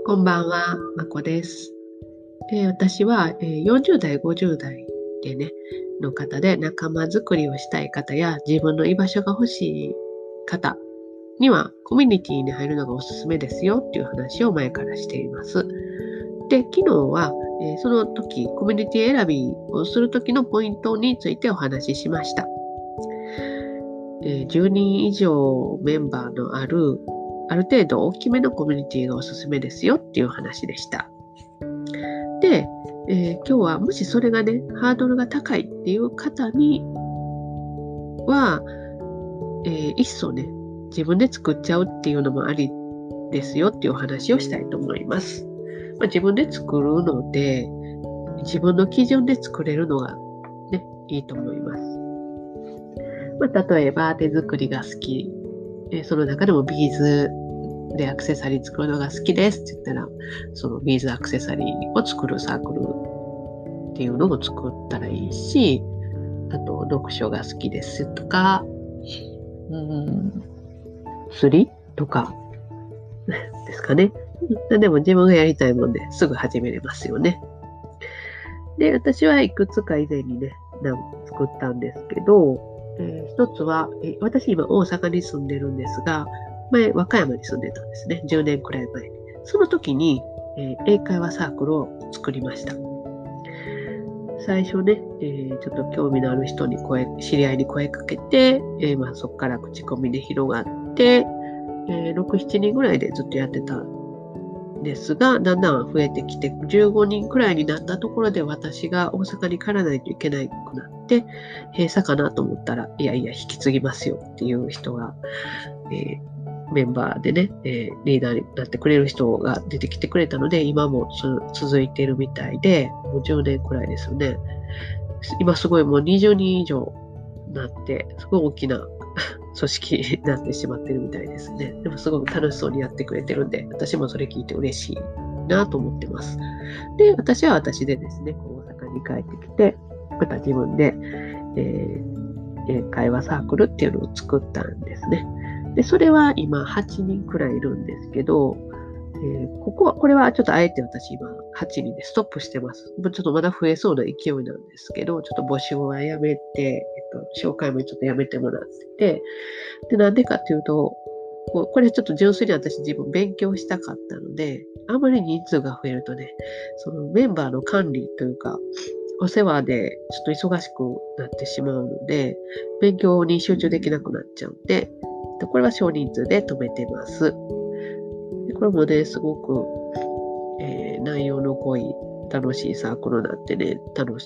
こんばんは、まこです。私は、40代、50代でね、の方で仲間づくりをしたい方や自分の居場所が欲しい方にはコミュニティに入るのがおすすめですよっていう話を前からしています。で、昨日は、その時コミュニティ選びをする時のポイントについてお話ししました。10人以上メンバーのある程度大きめのコミュニティがおすすめですよっていう話でした。で、今日はもしそれがね、ハードルが高いっていう方には、いっそね、自分で作っちゃうっていうのもありですよっていうお話をしたいと思います。自分で作るので、自分の基準で作れるのがね、いいと思います。例えば手作りが好き、その中でもビーズでアクセサリー作るのが好きですって言ったら、そのビーズアクセサリーを作るサークルっていうのを作ったらいいし、あと読書が好きですとか、釣りとかですかね。でも自分がやりたいもんですぐ始めれますよね。で、私はいくつか以前にね、作ったんですけど、一つは、私今大阪に住んでるんですが、前和歌山に住んでたんですね。10年くらい前に。その時に、英会話サークルを作りました。最初ね、ちょっと興味のある人に知り合いに声かけて、そこから口コミで広がって、6、7人ぐらいでずっとやってたんですが、だんだん増えてきて、15人くらいになったところで私が大阪に帰らないといけなくなって、閉鎖かなと思ったら、いやいや、引き継ぎますよっていう人が、メンバーでね、リーダーになってくれる人が出てきてくれたので、今も続いているみたいで、もう10年くらいですよね。今すごいもう20人以上になって、すごい大きな組織になってしまってるみたいですね。でもすごく楽しそうにやってくれてるんで、私もそれ聞いて嬉しいなと思ってます。で、私は私でですね、大阪に帰ってきて、また自分で、英会話サークルっていうのを作ったんですね。で、それは今8人くらいいるんですけど、これはちょっとあえて私今8人でストップしてます。ちょっとまだ増えそうな勢いなんですけど、ちょっと募集はやめて、紹介もちょっとやめてもらってて、で、なんでかっていうと、これちょっと純粋に私自分勉強したかったので、あまり人数が増えるとね、そのメンバーの管理というか、お世話でちょっと忙しくなってしまうので、勉強に集中できなくなっちゃうんで、これは少人数で止めてます。でこれもね、すごく、内容の濃い楽しいサークルになってね、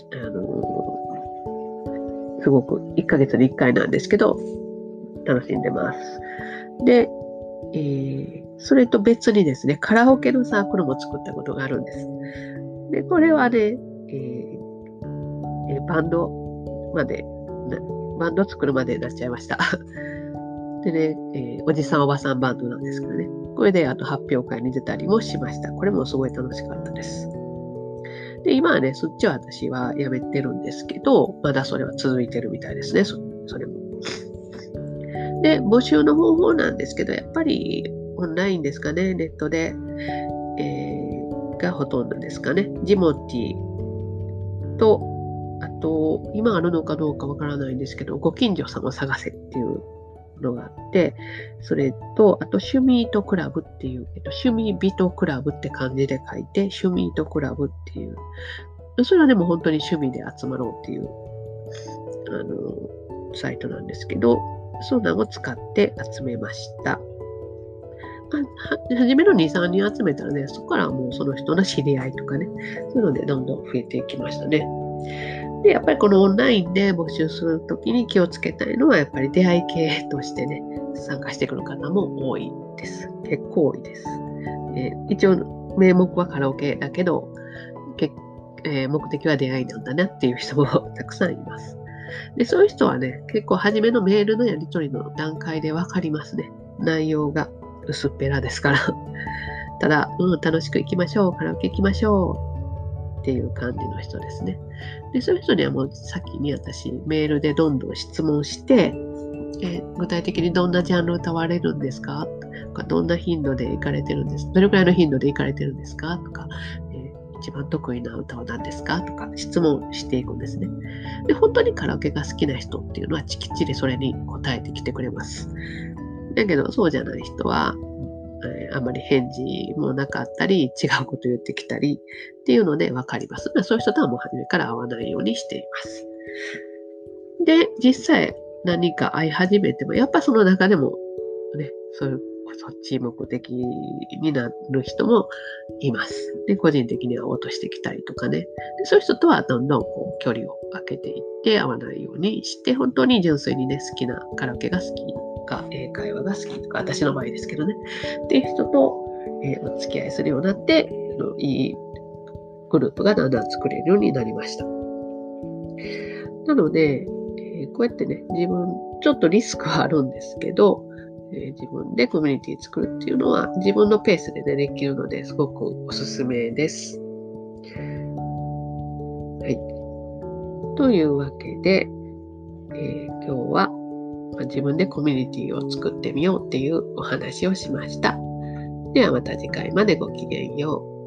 すごく1ヶ月に1回なんですけど、楽しんでます。で、それと別にですね、カラオケのサークルも作ったことがあるんです。で、これはね、バンド作るまでになっちゃいました。でね、おじさんおばさんバンドなんですけどね。これであと発表会に出たりもしました。これもすごい楽しかったです。で、今はね、そっちは私はやめてるんですけど、まだそれは続いてるみたいですね、それも。で、募集の方法なんですけど、やっぱりオンラインですかね、ネットで、がほとんどですかね。ジモティと、あと、今あるのかどうかわからないんですけど、ご近所さんを探せっていうのがあって、それと、あと、趣味ートクラブっていう、趣味人クラブって漢字で書いて、趣味ートクラブっていう、それはでも本当に趣味で集まろうっていう、サイトなんですけど、そんなのを使って集めました。初めの2、3人集めたらね、そこからもうその人の知り合いとかね、そういうのでどんどん増えていきましたね。で、やっぱりこのオンラインで募集するときに気をつけたいのは、やっぱり出会い系としてね、参加してくる方も多いです。結構多いです。一応、名目はカラオケだけど、目的は出会いなんだなっていう人もたくさんいます。で、そういう人はね、結構初めのメールのやり取りの段階でわかりますね。内容が薄っぺらですから。ただ、楽しく行きましょう、カラオケ行きましょうっていう感じの人ですね。で、そういう人にはもう先に私、メールでどんどん質問して、具体的にどんなジャンル歌われるんですか？ か、どんな頻度で行かれてるんですか、どれくらいの頻度で行かれてるんですかとか、一番得意な歌は何ですかとか質問していくんですね。で、本当にカラオケが好きな人っていうのはきっちりそれに答えてきてくれます。だけどそうじゃない人は、あまり返事もなかったり、違うこと言ってきたりっていうので分かります。そういう人とはもう初めから会わないようにしています。で、実際何か会い始めても、やっぱその中でもね、そういうそっち目的になる人もいます。で、個人的に会おうとしてきたりとかね。で、そういう人とはどんどんこう距離を空けていって会わないようにして、本当に純粋にね、好きなカラオケが好きとか、英会話が好きとか、私の場合ですけどね、っていう人と、お付き合いするようになって、いいグループがだんだん作れるようになりました。なので、こうやってね、ちょっとリスクはあるんですけど、自分でコミュニティ作るっていうのは自分のペースでね、できるので、すごくおすすめです。はい。というわけで、今日は自分でコミュニティを作ってみようっていうお話をしました。ではまた次回までごきげんよう。